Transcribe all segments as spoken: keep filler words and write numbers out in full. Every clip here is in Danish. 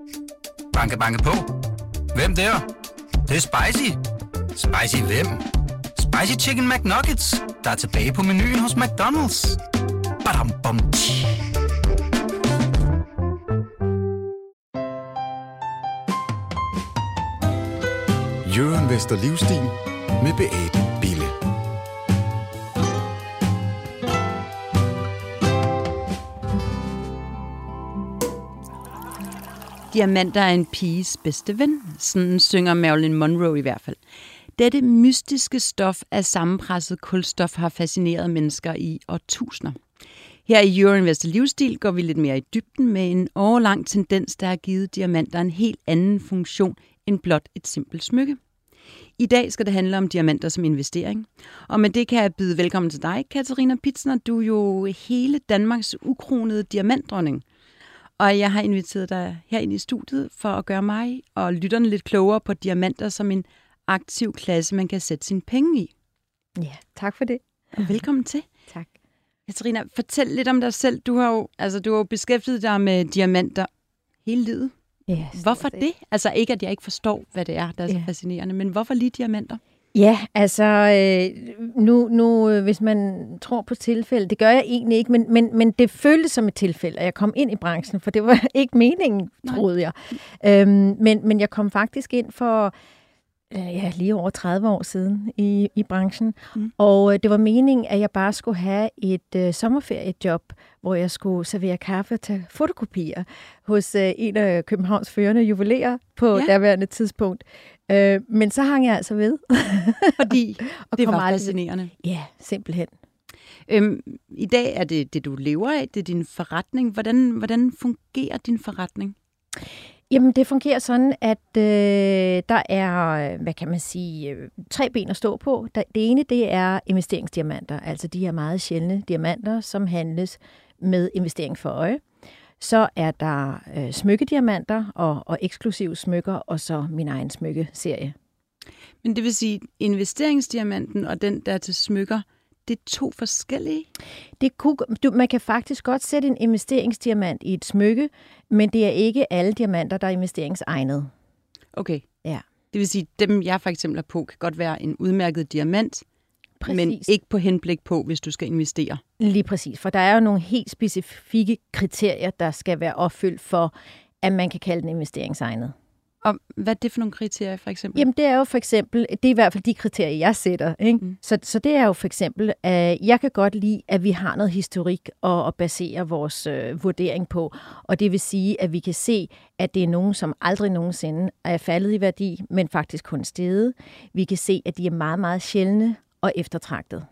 Banke, banke på. Hvem der? Det, det er spicy. Spicy hvem? Spicy Chicken McNuggets, der er tilbage på menuen hos McDonald's. Badum, bom, tji. Jørgen Vester Livstil med Beate Bille. Diamanter er en piges bedste ven. Sådan synger Marilyn Monroe i hvert fald. Dette mystiske stof af sammenpresset kulstof har fascineret mennesker i årtusinder. Her i Jørgen Vester Livstil går vi lidt mere i dybden med en årelang tendens, der har givet diamanter en helt anden funktion end blot et simpelt smykke. I dag skal det handle om diamanter som investering. Og med det kan jeg byde velkommen til dig, Katarina Pitzner. Du er jo hele Danmarks ukronede diamantdronning. Og jeg har inviteret dig herind i studiet for at gøre mig og lytterne lidt klogere på diamanter som en aktiv klasse, man kan sætte sine penge i. Ja, tak for det. Og velkommen til. Tak. Katarina, fortæl lidt om dig selv. Du har jo, altså, du har jo beskæftiget dig med diamanter hele livet. Ja, hvorfor det? Altså ikke, at jeg ikke forstår, hvad det er, der er så ja. fascinerende, men hvorfor lige diamanter? Ja, altså, øh, nu, nu hvis man tror på tilfælde, det gør jeg egentlig ikke, men, men, men det føltes som et tilfælde, at jeg kom ind i branchen, for det var ikke meningen, troede jeg. Øhm, men, men jeg kom faktisk ind for øh, ja, lige over tredive år siden i, i branchen, mm. og øh, det var meningen, at jeg bare skulle have et øh, sommerferiejob, hvor jeg skulle servere kaffe til fotokopier hos øh, en af Københavns førende juvelérer på ja. daværende tidspunkt. Øh, men så hang jeg altså ved. Fordi og det var aldrig... fascinerende. Ja, simpelthen. Øhm, I dag er det det, du lever af, det er din forretning. Hvordan, hvordan fungerer din forretning? Jamen, det fungerer sådan, at øh, der er, hvad kan man sige, tre ben at stå på. Det ene, det er investeringsdiamanter, altså de her meget sjældne diamanter, som handles med investering for øje. Så er der øh, smykkediamanter og, og eksklusive smykker, og så min egen smykkeserie. Men det vil sige, investeringsdiamanten og den, der er til smykker, det er to forskellige? Det kunne, du, man kan faktisk godt sætte en investeringsdiamant i et smykke, men det er ikke alle diamanter, der er investeringsegnede. Okay. Ja. Det vil sige, dem jeg for eksempel er på, kan godt være en udmærket diamant, præcis. Men ikke på henblik på, hvis du skal investere. Lige præcis, for der er jo nogle helt specifikke kriterier, der skal være opfyldt for, at man kan kalde den investeringsegnet. Og hvad er det for nogle kriterier, for eksempel? Jamen, det er jo for eksempel, det er i hvert fald de kriterier, jeg sætter. Ikke? Mm. Så, så det er jo for eksempel, at jeg kan godt lide, at vi har noget historik at, at basere vores øh, vurdering på. Og det vil sige, at vi kan se, at det er nogen, som aldrig nogensinde er faldet i værdi, men faktisk kun steget. Vi kan se, at de er meget, meget sjældne og eftertragtet.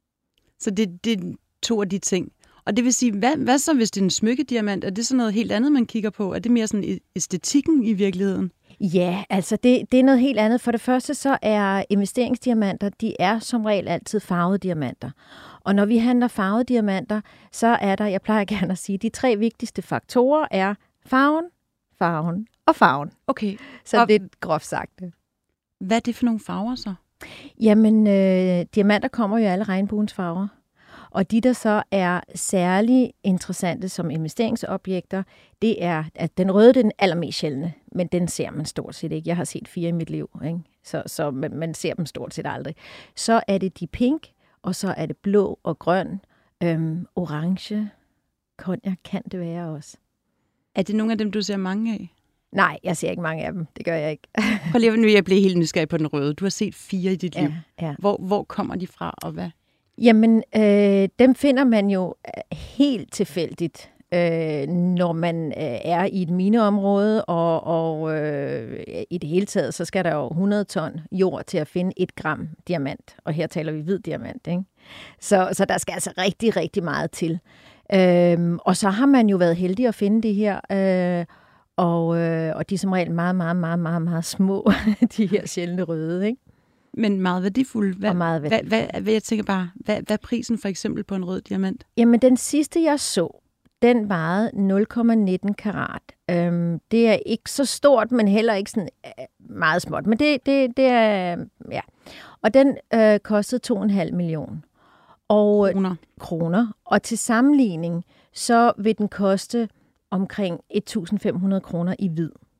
Så det, det er to af de ting. Og det vil sige, hvad, hvad så, hvis det er en smykkediamant? Er det sådan noget helt andet, man kigger på? Er det mere sådan æstetikken i virkeligheden? Ja, altså det, det er noget helt andet. For det første så er investeringsdiamanter, de er som regel altid farvede diamanter. Og når vi handler farvede diamanter, så er der, jeg plejer gerne at sige, de tre vigtigste faktorer er farven, farven og farven. Okay. Så og det er groft sagt. Hvad er det for nogle farver så? Jamen, øh, diamanter kommer jo i alle regnbuens farver. Og de, der så er særlig interessante som investeringsobjekter, det er, at den røde det er den allermest sjældne, men den ser man stort set ikke. Jeg har set fire i mit liv, ikke? Så, så man, man ser dem stort set aldrig. Så er det de pink, og så er det blå og grøn, øhm, orange, cognac kan det være også. Er det nogle af dem, du ser mange af? Nej, jeg ser ikke mange af dem. Det gør jeg ikke. Prøv lige, nu jeg blev helt nysgerrig på den røde. Du har set fire i dit liv. Ja, ja. Hvor, hvor kommer de fra, og hvad? Jamen, øh, dem finder man jo helt tilfældigt, øh, når man øh, er i et mineområde, og, og øh, i det hele taget, så skal der jo hundrede ton jord til at finde et gram diamant. Og her taler vi hvid diamant, ikke? Så, så der skal altså rigtig, rigtig meget til. Øh, og så har man jo været heldig at finde det her, øh, og, øh, og de er som regel meget, meget, meget, meget, meget små, de her sjældne røde, ikke? Men meget værdifuld. Hvad, og meget værdifuld. Hvad, hvad, hvad, jeg tænker bare, hvad, hvad er prisen for eksempel på en rød diamant? Jamen, den sidste, jeg så, den vejede nul komma nitten karat. Øhm, det er ikke så stort, men heller ikke sådan øh, meget småt. Men det, det, det er, ja. Og den øh, kostede to komma fem millioner. Og, kroner. kroner. Og til sammenligning, så vil den koste omkring et tusind fem hundrede kroner i hvid.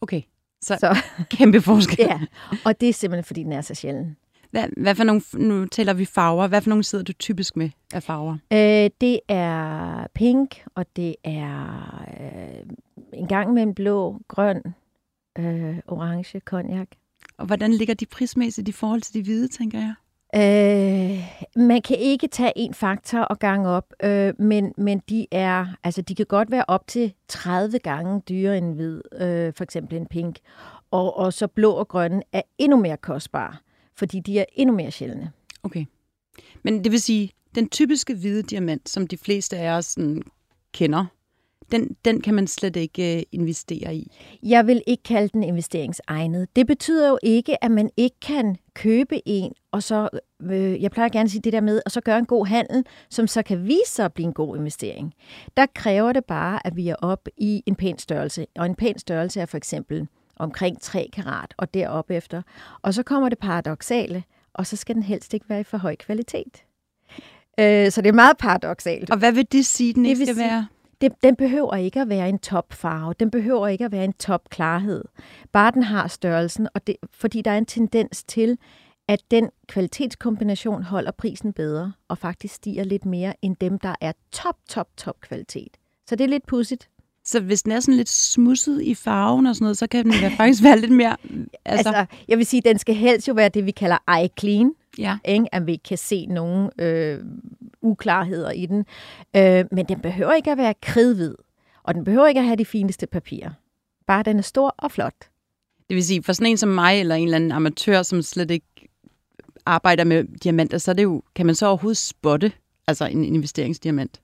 Okay, så, Så kæmpe forskel. ja, og det er simpelthen, fordi den er så sjælden. Hvad, hvad for nogle, nu taler vi farver. Hvad for nogle sidder du typisk med af farver? Øh, det er pink, og det er øh, en gang med en blå, grøn, øh, orange, cognac. Og hvordan ligger de prismæssigt i forhold til de hvide, tænker jeg? Øh, man kan ikke tage en faktor og gange op, øh, men, men de er, altså de kan godt være op til tredive gange dyrere end hvid, øh, for eksempel en pink. Og, og så blå og grønne er endnu mere kostbare, fordi de er endnu mere sjældne. Okay. Men det vil sige, den typiske hvide diamant, som de fleste af os sådan, kender, den, den kan man slet ikke øh, investere i. Jeg vil ikke kalde den investeringsegnet. Det betyder jo ikke, at man ikke kan købe en, og så, øh, jeg plejer gerne at sige det der med, og så gøre en god handel, som så kan vise sig at blive en god investering. Der kræver det bare, at vi er oppe i en pæn størrelse. Og en pæn størrelse er for eksempel omkring tre karat og deroppe efter. Og så kommer det paradoksale, og så skal den helst ikke være i for høj kvalitet. Øh, så det er meget paradoksalt. Og hvad vil det sige, den Det ikke vil skal sige- være? Det, den behøver ikke at være en topfarve. Den behøver ikke at være en topklarhed. Bare den har størrelsen, og det, fordi der er en tendens til, at den kvalitetskombination holder prisen bedre, og faktisk stiger lidt mere end dem, der er top, top, top kvalitet. Så det er lidt pudsigt. Så hvis den er sådan lidt smudset i farven og sådan noget, så kan den være, faktisk være lidt mere... Altså, Altså, jeg vil sige, at den skal helst jo være det, vi kalder eye clean, ja. ikke? At vi ikke kan se nogen øh, uklarheder i den. Øh, men den behøver ikke at være kridhvid, og den behøver ikke at have de fineste papirer. Bare den er stor og flot. Det vil sige, for sådan en som mig, eller en eller anden amatør, som slet ikke arbejder med diamanter, så er det jo, kan man så overhovedet spotte altså en investeringsdiamant?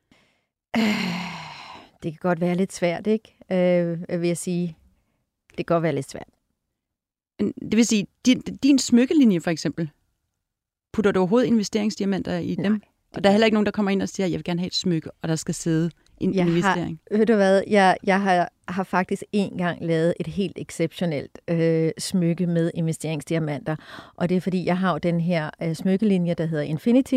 Det kan godt være lidt svært, ikke? Øh, vil jeg sige. Det kan godt være lidt svært. Men det vil sige, din, din smykkelinje for eksempel, putter du overhovedet investeringsdiamanter i Nej, dem? Og der er heller ikke nogen, der kommer ind og siger, jeg vil gerne have et smykke, og der skal sidde en Jeg har- investering. Ved du hvad? Jeg, jeg har, har faktisk en gang lavet et helt exceptionelt øh, smykke med investeringsdiamanter. Og det er fordi, jeg har jo den her øh, smykkelinje, der hedder Infinity,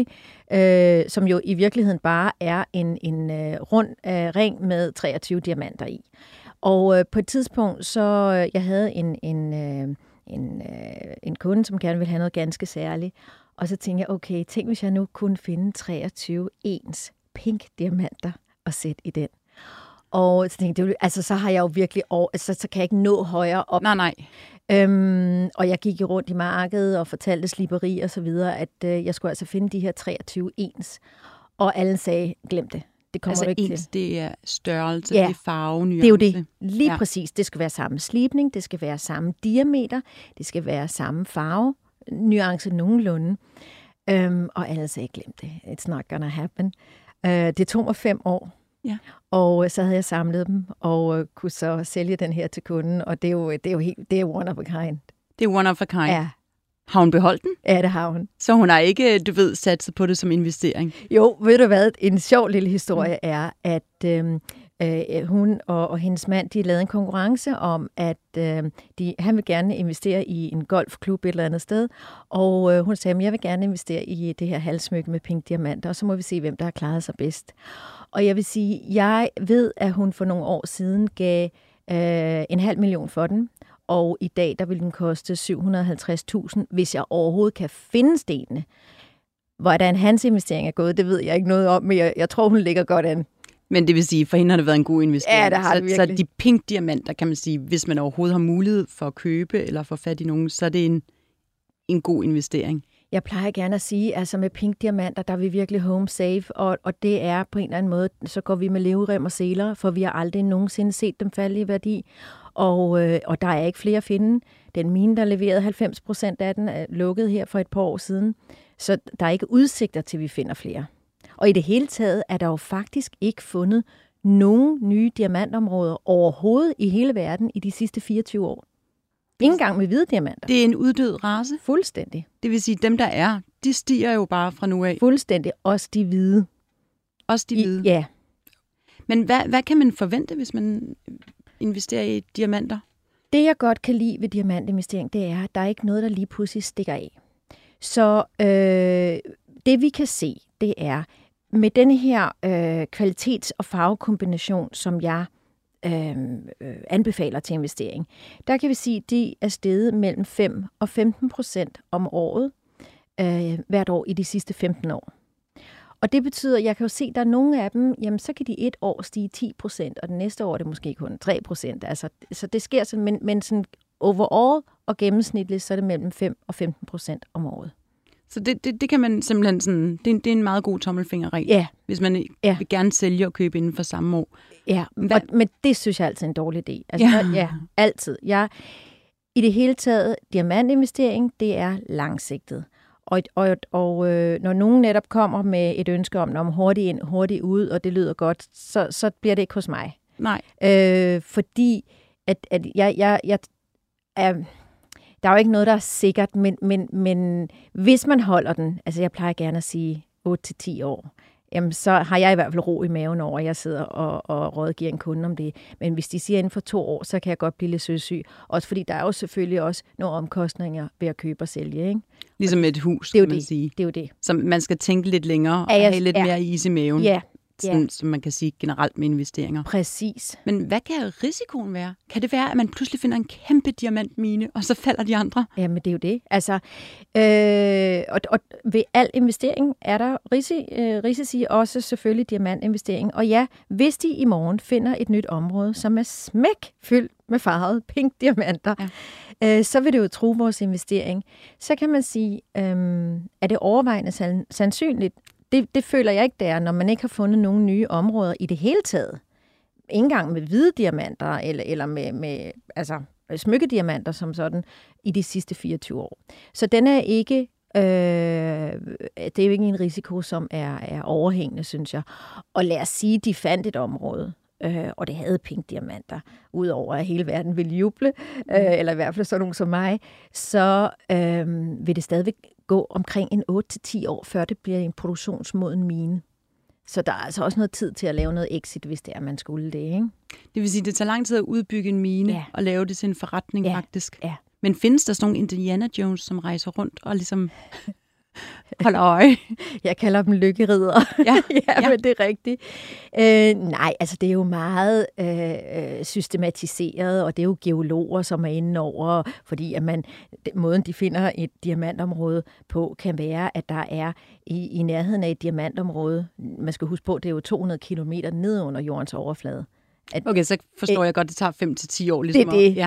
øh, som jo i virkeligheden bare er en, en øh, rund øh, ring med treogtyve diamanter i. Og øh, på et tidspunkt, så øh, jeg havde en, en, øh, en, øh, en kunde, som gerne ville have noget ganske særligt. Og så tænkte jeg, okay, tænk hvis jeg nu kunne finde treogtyve ens pink diamanter og sætte i den. Og så tænkte jeg, altså så har jeg jo virkelig over, altså, så kan jeg ikke nå højere op. Nej, nej. Øhm, og jeg gik jo rundt i markedet og fortalte sliberi og så videre, at øh, jeg skulle altså finde de her treogtyve ens. Og alle sagde, glem det. Det kommer Altså du ikke ens, til. det er størrelse, Ja, det er farve, nuance. Det er jo det. Lige Ja. ja. præcis. Det skal være samme slibning, det skal være samme diameter, det skal være samme farve, nuance nogenlunde. Øhm, og alle sagde, glem det. It's not gonna happen. Uh, det tog mig fem år. Ja. Og så havde jeg samlet dem, og uh, kunne så sælge den her til kunden, og det er jo, det er jo helt, det er one of a kind. Det er one of a kind. Ja, Har hun beholdt den? ja, det har hun. Så hun har ikke, du ved, satset på det som investering. Jo, ved du hvad, en sjov lille historie er, at øhm, øh, hun og, og hendes mand, de lavede en konkurrence om, at øh, de, han vil gerne investere i en golfklub et eller andet sted, og øh, hun sagde, at jeg vil gerne investere i det her halssmykke med pink diamanter, og så må vi se, hvem der har klaret sig bedst. Og jeg vil sige, jeg ved, at hun for nogle år siden gav øh, en halv million for den, og i dag, der vil den koste syv hundrede og halvtreds tusind, hvis jeg overhovedet kan finde stenene. Hvordan hans investering er gået, det ved jeg ikke noget om, men jeg, jeg tror, hun ligger godt an. Men det vil sige, for hende har det været en god investering. Ja, det har så, det så virkelig. de pink diamanter, kan man sige, hvis man overhovedet har mulighed for at købe eller få fat i nogen, så er det en, en god investering. Jeg plejer gerne at sige, altså med pink diamanter, der er vi virkelig home safe, og, og det er på en eller anden måde, så går vi med leverem og seler, for vi har aldrig nogensinde set dem falde i værdi, og, øh, og der er ikke flere at finde. Den mine, der leverede halvfems procent af den, er lukket her for et par år siden, så der er ikke udsigter til, vi finder flere. Og i det hele taget er der jo faktisk ikke fundet nogen nye diamantområder overhovedet i hele verden i de sidste fireogtyve år. Ikke engang med hvide diamanter. Det er en uddød race. Fuldstændig. Det vil sige, dem der er, de stiger jo bare fra nu af. Fuldstændig. Også de hvide. Også de hvide. I, ja. Men hvad, hvad kan man forvente, hvis man investerer i diamanter? Det, jeg godt kan lide ved diamantinvestering, det er, at der er ikke noget, der lige pludselig stikker af. Så øh, det, vi kan se, det er, med denne her øh, kvalitets- og farvekombination, som jeg øh, øh, anbefaler til investering, der kan vi sige, at de er steget mellem fem og femten procent om året, øh, hvert år i de sidste femten år. Og det betyder, jeg kan jo se, at der er nogle af dem, jamen så kan de et år stige ti procent, og det næste år er det måske kun tre procent. Altså, så det sker sådan, men, men sådan overall og gennemsnitligt, så er det mellem fem og femten procent om året. Så det, det, det kan man simpelthen sådan, det, det er en meget god tommelfingerregel, ja. hvis man ja. vil gerne sælge og købe inden for samme år. Ja, og, men det synes jeg altid er en dårlig idé. Altså, ja. ja, altid. Jeg, I det hele taget, diamantinvestering, det er langsigtet. Og, og, og øh, når nogen netop kommer med et ønske om, om hurtigt ind, hurtigt ud, og det lyder godt, så, så bliver det ikke hos mig. Nej. Øh, fordi at, at jeg, jeg, jeg er... Der er jo ikke noget, der er sikkert, men, men, men hvis man holder den, altså jeg plejer gerne at sige otte til ti år, jamen så har jeg i hvert fald ro i maven over, at jeg sidder og, og rådgiver en kunde om det. Men hvis de siger inden for to år, så kan jeg godt blive lidt søsyg. Også fordi der er jo selvfølgelig også nogle omkostninger ved at købe og sælge, ikke? Ligesom med et hus, det er kan man det. sige. Det er jo det. Så man skal tænke lidt længere og ja, jeg, have lidt ja. mere is i maven. Ja. Sådan, ja. som man kan sige generelt med investeringer. Præcis. Men hvad kan risikoen være? Kan det være, at man pludselig finder en kæmpe diamantmine, og så falder de andre? Jamen, det er jo det. Altså, øh, og, og ved al investering er der risi, øh, risici, også selvfølgelig diamantinvestering. Og ja, hvis de i morgen finder et nyt område, som er smæk fyldt med farvede pink diamanter, ja. øh, så vil det jo true vores investering. Så kan man sige, øh, er det overvejende sandsynligt? Det, det føler jeg ikke, det er, når man ikke har fundet nogle nye områder i det hele taget. Ikke engang med hvide diamanter, eller, eller med, med altså, smykkediamanter som sådan, i de sidste fireogtyve år. Så den er ikke, øh, det er jo ikke en risiko, som er, er overhængende, synes jeg. Og lad os sige, de fandt et område, øh, og det havde pink diamanter, udover at hele verden ville juble, øh, eller i hvert fald sådan nogen som mig, så øh, vil det stadigvæk gå omkring en otte til ti år, før det bliver en produktionsmoden mine. Så der er altså også noget tid til at lave noget exit, hvis det er, man skulle det, ikke? Det vil sige, det tager lang tid at udbygge en mine ja. og lave det til en forretning, ja. faktisk. Ja. Men findes der sådan nogle Indiana Jones, som rejser rundt og ligesom holder øje? Jeg kalder dem lykkeridere. Ja, ja, ja, men det er rigtigt. Øh, nej, altså det er jo meget øh, systematiseret, og det er jo geologer, som er inde over, fordi at man, måden de finder et diamantområde på, kan være, at der er i, i nærheden af et diamantområde, man skal huske på, det er jo to hundrede kilometer ned under jordens overflade. At, okay, så forstår øh, jeg godt, det tager fem til ti år. Ligesom det er det. Ja.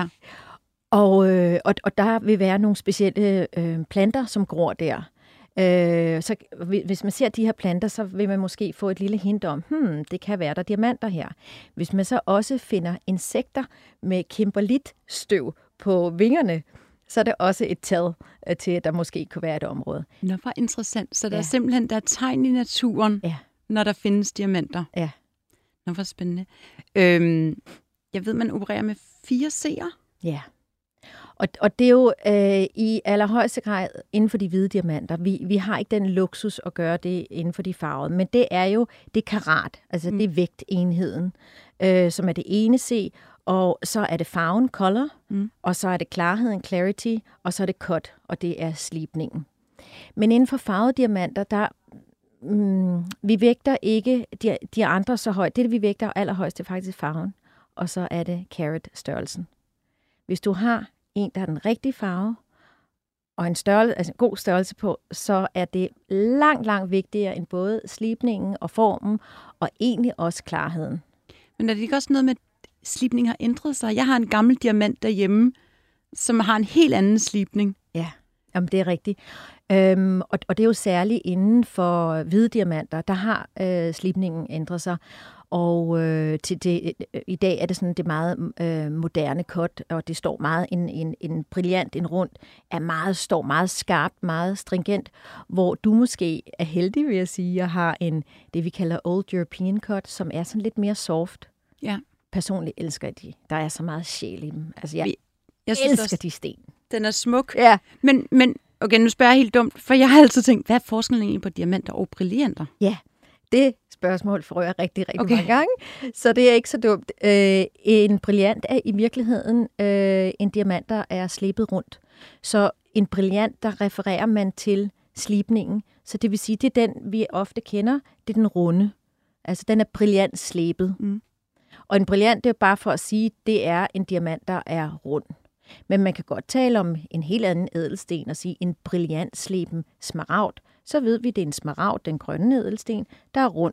Og, øh, og, og der vil være nogle specielle øh, planter, som gror der. Øh, så hvis man ser de her planter, så vil man måske få et lille hint om, hmm, det kan være der diamanter her. Hvis man så også finder insekter med kimberlitstøv på vingerne, så er det også et tal til, at der måske kunne være et område. Nå, hvor interessant. Så der ja. er simpelthen der er tegn i naturen, ja. når der findes diamanter. Ja. Nå, hvor spændende. Øhm, jeg ved, man opererer med fire C'er. Ja. Og, og det er jo øh, i allerhøjeste grad inden for de hvide diamanter. Vi, vi har ikke den luksus at gøre det inden for de farvede, men det er jo det karat, altså mm. det er vægtenheden, øh, som er det ene C, og så er det farven, color, mm. og så er det klarheden, clarity, og så er det cut, og det er slibningen. Men inden for farvede diamanter, der mm, vi vægter ikke de, de andre så højt. Det, vi vægter allerhøjst, det er faktisk farven, og så er det carat-størrelsen. Hvis du har en, der har den rigtige farve, og en, størrelse, altså en god størrelse på, så er det langt, langt vigtigere end både slibningen og formen, og egentlig også klarheden. Men er det ikke også noget med, at slibningen har ændret sig? Jeg har en gammel diamant derhjemme, som har en helt anden slibning. Ja, jamen det er rigtigt. Øhm, og, og det er jo særligt inden for hvide diamanter, der har øh, slibningen ændret sig. Og øh, til det, i dag er det sådan det meget øh, moderne cut, og det står meget en, en, en brillant, en rund, er meget, står meget skarpt, meget stringent, hvor du måske er heldig, vil jeg sige, og har en, det vi kalder Old European cut, som er sådan lidt mere soft. Ja. Personligt elsker de. Der er så meget sjæl i dem. Altså jeg, jeg synes elsker også, de sten. Den er smuk. Ja. Men, men okay, nu spørger jeg helt dumt, for jeg har altid tænkt, hvad er forskellen egentlig på diamanter og brillanter? Ja, det spørgsmål får jeg rigtig, rigtig okay. mange gange, så det er ikke så dumt. Øh, en brillant er i virkeligheden øh, en diamant, der er slebet rundt. Så en brillant, der refererer man til slibningen. Så det vil sige, det er den, vi ofte kender, det er den runde. Altså, den er brillant slebet. Mm. Og en brillant, det er bare for at sige, det er en diamant, der er rund. Men man kan godt tale om en helt anden ædelsten og sige en brillantsleben smaragd. Så ved vi, det er en smaragd, den grønne ædelsten, der er rund.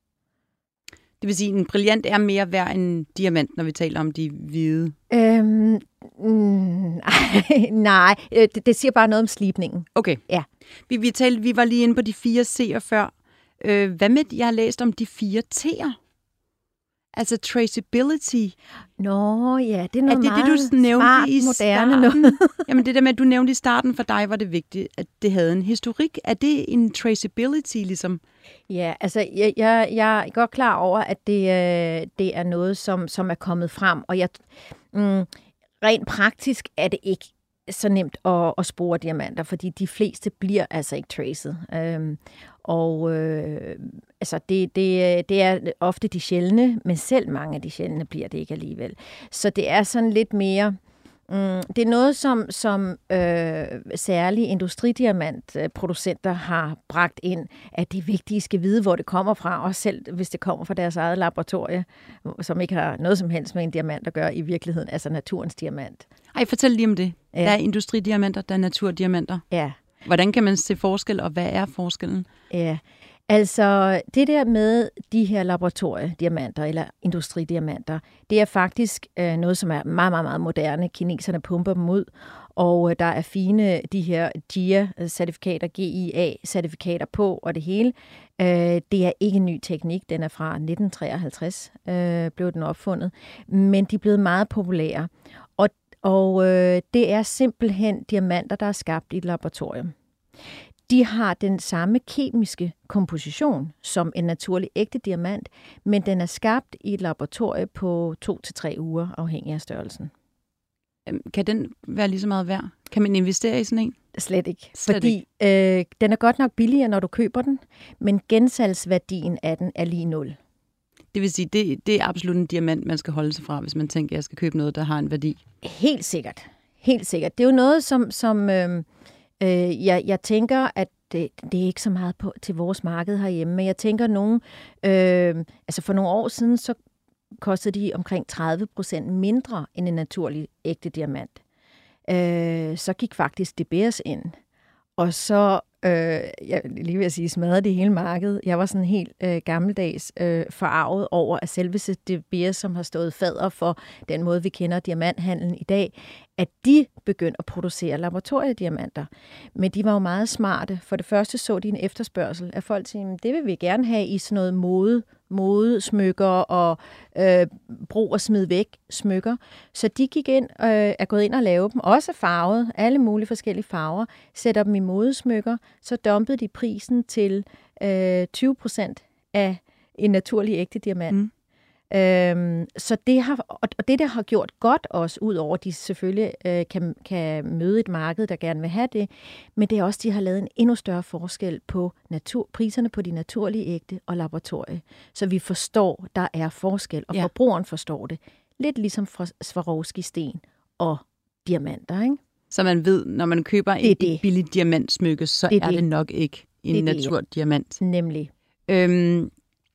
Det vil sige, at en brillant er mere værd end diamant, når vi taler om de hvide? Øhm, mm, nej, det, det siger bare noget om slibningen. Okay. Ja. Vi, vi, talte, vi var lige inde på de fire C'er før. Øh, hvad med, jeg har læst om de fire T'er? Altså traceability. Nå ja, det er noget er det, meget det, du nævnte smart, i moderne noget. Jamen det der med, at du nævnte i starten, for dig var det vigtigt, at det havde en historik. Er det en traceability ligesom? Ja, altså jeg, jeg, jeg er godt klar over, at det, øh, det er noget, som, som er kommet frem. Og jeg, mm, rent praktisk er det ikke så nemt at, at spore diamanter, fordi de fleste bliver altså ikke traced. Øhm, og øh, altså det, det, det er ofte de sjældne, men selv mange af de sjældne bliver det ikke alligevel. Så det er sådan lidt mere... Mm, det er noget, som, som øh, særlige industridiamantproducenter har bragt ind, at de vigtige skal vide, hvor det kommer fra, også selv hvis det kommer fra deres eget laboratorie, som ikke har noget som helst med en diamant at gøre i virkeligheden, altså naturens diamant. Ej, fortæl lige om det. Ja. Der er industridiamanter, der er naturdiamanter. Ja. Hvordan kan man se forskel, og hvad er forskellen? Ja, altså det der med de her laboratoriediamanter eller industridiamanter, det er faktisk øh, noget, som er meget, meget, meget moderne. Kineserne pumper dem ud, og øh, der er fine de her G I A-certifikater, G I A-certifikater på, og det hele. Øh, det er ikke en ny teknik, den er fra nitten treoghalvtreds, øh, blev den opfundet, men de er blevet meget populære. Og, og øh, det er simpelthen diamanter, der er skabt i et laboratorium. De har den samme kemiske komposition som en naturlig ægte diamant, men den er skabt i et laboratorium på to til tre uger, afhængig af størrelsen. Kan den være lige så meget værd? Kan man investere i sådan en? Slet ikke. Slet fordi ikke. Øh, den er godt nok billigere, når du køber den, men gensalgsværdien af den er lige nul. Det vil sige, det, det er absolut en diamant, man skal holde sig fra, hvis man tænker, at jeg skal købe noget, der har en værdi. Helt sikkert. Helt sikkert. Det er jo noget, som... som øh, Øh, jeg, jeg tænker, at det, det er ikke så meget på, til vores marked herhjemme, men jeg tænker, nogen, øh, altså for nogle år siden, så kostede de omkring tredive procent mindre end en naturlig ægte diamant. Øh, så gik faktisk D B S ind, og så, øh, jeg lige vil sige, smadrede det hele markedet. Jeg var sådan helt øh, gammeldags øh, forarvet over, at selve D B S, som har stået fader for den måde, vi kender diamanthandlen i dag, at de begyndte at producere laboratoriediamanter. Men de var jo meget smarte. For det første så de en efterspørgsel af folk, som det vil vi gerne have i sådan noget mode, modesmykker og øh, brug og smid væk smykker. Så de gik ind og øh, er gået ind og lavede dem, også farvet, alle mulige forskellige farver, sætter dem i modesmykker, så dumpede de prisen til øh, tyve procent af en naturlig ægte diamant. Mm. Øhm, så det har, og det, der har gjort godt også, ud over at de selvfølgelig øh, kan, kan møde et marked, der gerne vil have det, men det er også, de har lavet en endnu større forskel på natur, priserne på de naturlige ægte og laboratorie. Så vi forstår, der er forskel, og ja. Forbrugeren forstår det. Lidt ligesom fra Swarovski-sten og diamanter, ikke? Så man ved, når man køber en det. billig diamantsmykke, så det er, er det. det nok ikke en naturdiamant. Nemlig. Øhm,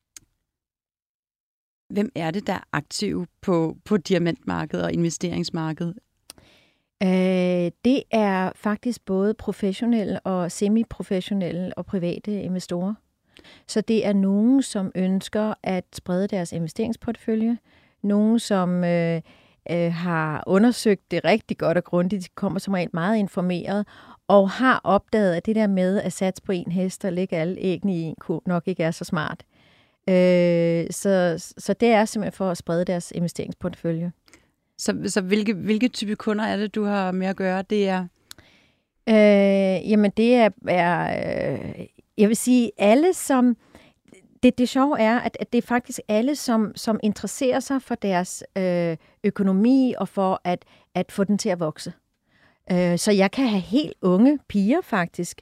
Hvem er det, der er aktiv på, på diamantmarkedet og investeringsmarkedet? Øh, det er faktisk både professionelle og semi-professionelle og private investorer. Så det er nogen, som ønsker at sprede deres investeringsportefølje. Nogen, som øh, øh, har undersøgt det rigtig godt og grundigt. De kommer som regel meget informeret og har opdaget, at det der med at satse på en hest og lægge alle æggene i en kurv nok ikke er så smart. Øh, så, så det er simpelthen for at sprede deres investeringsportefølje. Så, så hvilke, hvilke type kunder er det, du har med at gøre? Det er? Øh, jamen det er, er øh, jeg vil sige, alle som, det, det sjove er, at, at det er faktisk alle, som, som interesserer sig for deres øh, økonomi og for at, at få den til at vokse. Øh, så jeg kan have helt unge piger faktisk,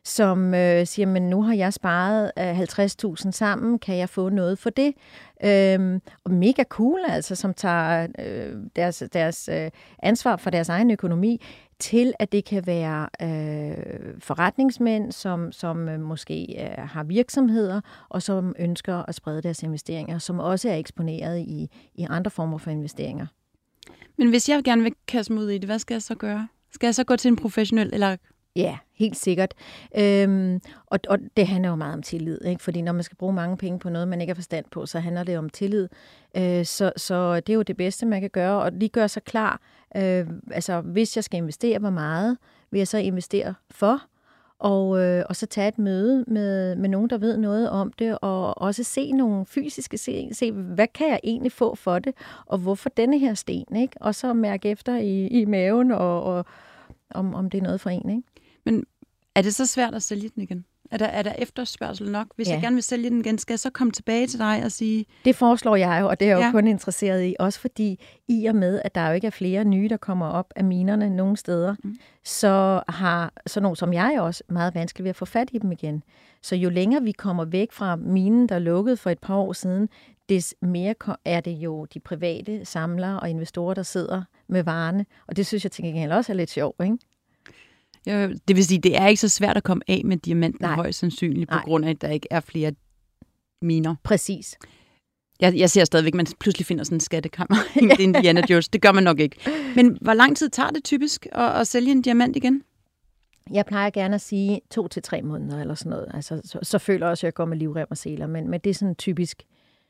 som øh, siger, men nu har jeg sparet øh, halvtreds tusind sammen, kan jeg få noget for det? Øhm, og mega cool, altså, som tager øh, deres, deres øh, ansvar for deres egen økonomi, til at det kan være øh, forretningsmænd, som, som øh, måske øh, har virksomheder, og som ønsker at sprede deres investeringer, som også er eksponeret i, i andre former for investeringer. Men hvis jeg gerne vil kaste mig ud i det, hvad skal jeg så gøre? Skal jeg så gå til en professionel, eller... Ja, helt sikkert. Øhm, og, og det handler jo meget om tillid, ikke? Fordi når man skal bruge mange penge på noget, man ikke har forstand på, så handler det om tillid. Øh, så, så det er jo det bedste, man kan gøre, og lige gøre sig klar. Øh, altså, hvis jeg skal investere, hvor meget vil jeg så investere for? Og, øh, og så tage et møde med, med nogen, der ved noget om det, og også se nogle fysiske, se, se hvad kan jeg egentlig få for det, og hvorfor denne her sten, ikke? Og så mærke efter i, i maven, og, og om, om det er noget for en, ikke? Men er det så svært at sælge den igen? Er der, er der efterspørgsel nok? Hvis ja. jeg gerne vil sælge den igen, skal jeg så komme tilbage til dig og sige... Det foreslår jeg jo, og det er jeg jo ja. kun interesseret i. Også fordi, i og med, at der jo ikke er flere nye, der kommer op af minerne nogle steder, mm. så har sådan nogle som jeg også meget vanskeligt ved at få fat i dem igen. Så jo længere vi kommer væk fra minen, der lukkede for et par år siden, des mere er det jo de private samlere og investorer, der sidder med varerne. Og det synes jeg til gengæld også er lidt sjovt, ikke? Ja, det vil sige, det er ikke så svært at komme af med diamanten Nej. højst sandsynligt, på Nej. grund af, at der ikke er flere miner. Præcis. Jeg, jeg ser stadigvæk, at man pludselig finder sådan en skattekammer i Indiana Jones. Det gør man nok ikke. Men hvor lang tid tager det typisk at, at sælge en diamant igen? Jeg plejer gerne at sige to til tre måneder eller sådan noget. Altså, så, så føler jeg også, at jeg går med livrem og seler, men, men det er sådan typisk.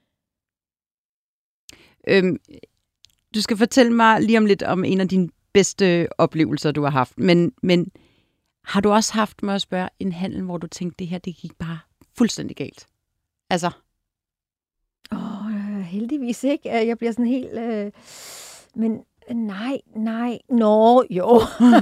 Øhm, du skal fortælle mig lige om lidt om en af dine bedste oplevelser, du har haft. Men, men har du også haft, må jeg spørge, en handel, hvor du tænkte, det her, det gik bare fuldstændig galt? Altså... Åh, oh, heldigvis ikke. Jeg bliver sådan helt... Øh... Men nej, nej, nå, jo.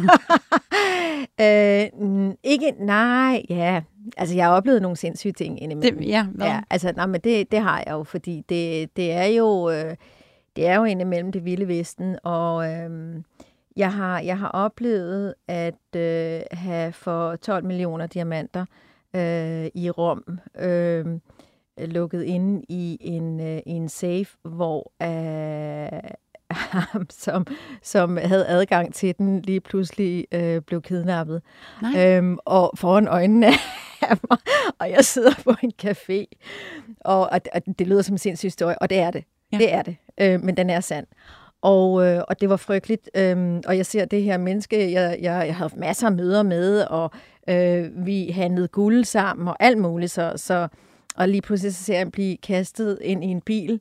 øh, ikke, nej, ja. Altså, jeg har oplevet nogle sindssyge ting indimellem. Det, ja, ja, altså, nej, men det, det har jeg jo, fordi det, det er jo... Øh, det er jo indimellem det vilde vesten, og... Øh, Jeg har, jeg har oplevet at øh, have for tolv millioner diamanter øh, i Rom øh, lukket inde i en, øh, i en safe, hvor øh, ham, som, som havde adgang til den, lige pludselig øh, blev kidnappet. Øhm, og foran øjnene af mig, og jeg sidder på en café, og, og, og det lyder som en sindssyg historie, og det er det. Ja. Det er det, øh, men den er sand. Og, øh, og det var frygteligt, øhm, og jeg ser det her menneske, jeg, jeg, jeg havde haft masser af møder med, og øh, vi handlede guld sammen, og alt muligt, så, så, og lige pludselig så ser jeg ham blive kastet ind i en bil,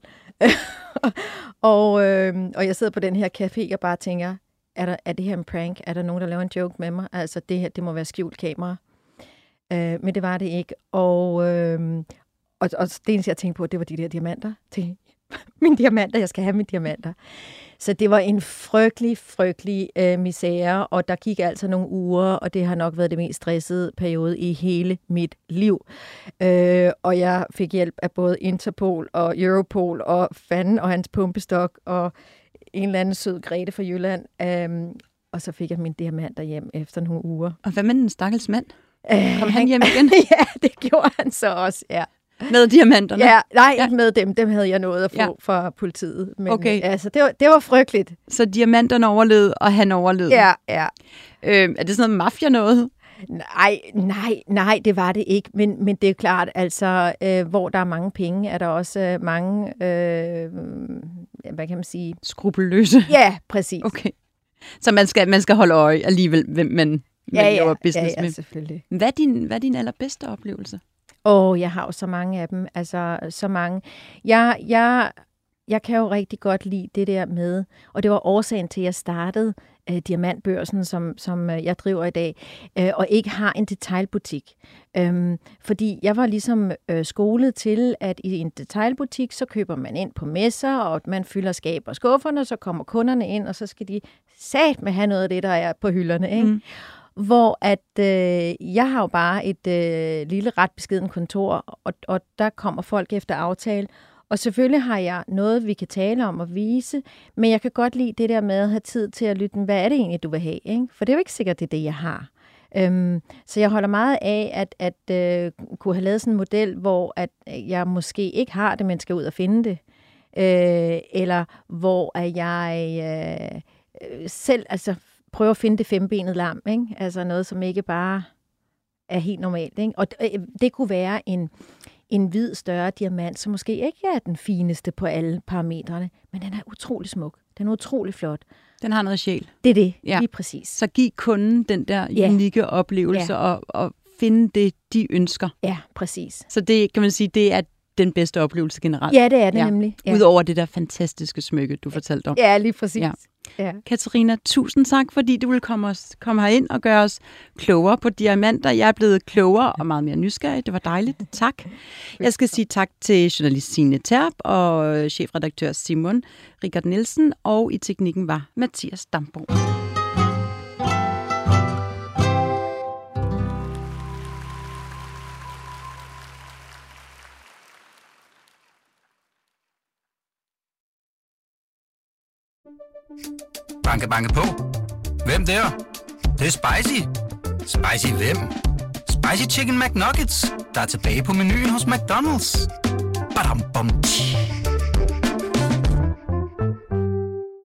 og, øh, og jeg sidder på den her café og bare tænker, er, der, er det her en prank? Er der nogen, der laver en joke med mig? Altså, det her, det må være skjult kamera. Øh, men det var det ikke, og, øh, og, og det eneste, jeg tænkte på, det var de der diamanter. Til mine diamanter, jeg skal have mine diamanter. Så det var en frygtelig, frygtelig øh, misære, og der gik altså nogle uger, og det har nok været det mest stressede periode i hele mit liv. Øh, og jeg fik hjælp af både Interpol og Europol og fanden og hans pumpestok og en eller anden sød Grete fra Jylland. Øh, og så fik jeg mine diamanter hjem efter nogle uger. Og hvad med den stakkels mand? Øh, Kom han hjem igen? Ja, det gjorde han så også, ja. Med diamanterne? Ja, nej, ja. ikke med dem. Dem havde jeg nået at få ja. fra politiet. Men okay. altså, det var, det var frygteligt. Så diamanterne overlevede, og han overlevede? Ja, ja. Øh, er det sådan noget mafia noget? Nej, nej, nej, det var det ikke. Men, men det er klart, altså, øh, hvor der er mange penge, er der også øh, mange, øh, hvad kan man sige? Skrupelløse? Ja, præcis. Okay. Så man skal, man skal holde øje alligevel, hvem man, ja, ja, laver business ja, ja, med? selvfølgelig. Hvad er din, hvad er din allerbedste oplevelse? Åh, oh, jeg har jo så mange af dem. Altså, så mange. Jeg, jeg, jeg kan jo rigtig godt lide det der med, og det var årsagen til, at jeg startede uh, Diamantbørsen, som, som uh, jeg driver i dag, uh, og ikke har en detailbutik. Um, fordi jeg var ligesom uh, skolet til, at i en detailbutik, så køber man ind på messer, og man fylder skab og skufferne, og så kommer kunderne ind, og så skal de satme have noget af det, der er på hylderne, ikke? Mm. Hvor at øh, jeg har jo bare et øh, lille ret beskeden kontor, og, og der kommer folk efter aftale. Og selvfølgelig har jeg noget, vi kan tale om og vise, men jeg kan godt lide det der med at have tid til at lytte, hvad er det egentlig, du vil have? Ikke? For det er jo ikke sikkert, det er det, jeg har. Øhm, så jeg holder meget af at, at øh, kunne have lavet sådan en model, hvor at jeg måske ikke har det, men skal ud og finde det. Øh, eller hvor at jeg øh, selv altså, prøver at finde det fembenede lam. Ikke? Altså noget, som ikke bare er helt normalt. Ikke? Og det, det kunne være en, en hvid, større diamant, som måske ikke er den fineste på alle parametrene, men den er utrolig smuk. Den er utrolig flot. Den har noget sjæl. Det er det, ja. Lige præcis. Så giv kunden den der ja. unikke oplevelse ja. og, og finde det, de ønsker. Ja, præcis. Så det kan man sige, det er den bedste oplevelse generelt. Ja, det er det ja. nemlig. Ja. Udover det der fantastiske smykke, du fortalte om. Ja, lige præcis. Ja. Ja. Katarina, tusind tak, fordi du vil komme, os, komme herind og gøre os klogere på diamanter. Jeg er blevet klogere og meget mere nysgerrig. Det var dejligt. Tak. Jeg skal sige tak til journalist Signe Terp og chefredaktør Simon Richard Nielsen, og i teknikken var Mathias Damborg. Banke, banke på. Hvem der? Det, det er spicy. Spicy hvem? Spicy Chicken McNuggets, der er tilbage på menuen hos McDonald's. Badum, bom, tji.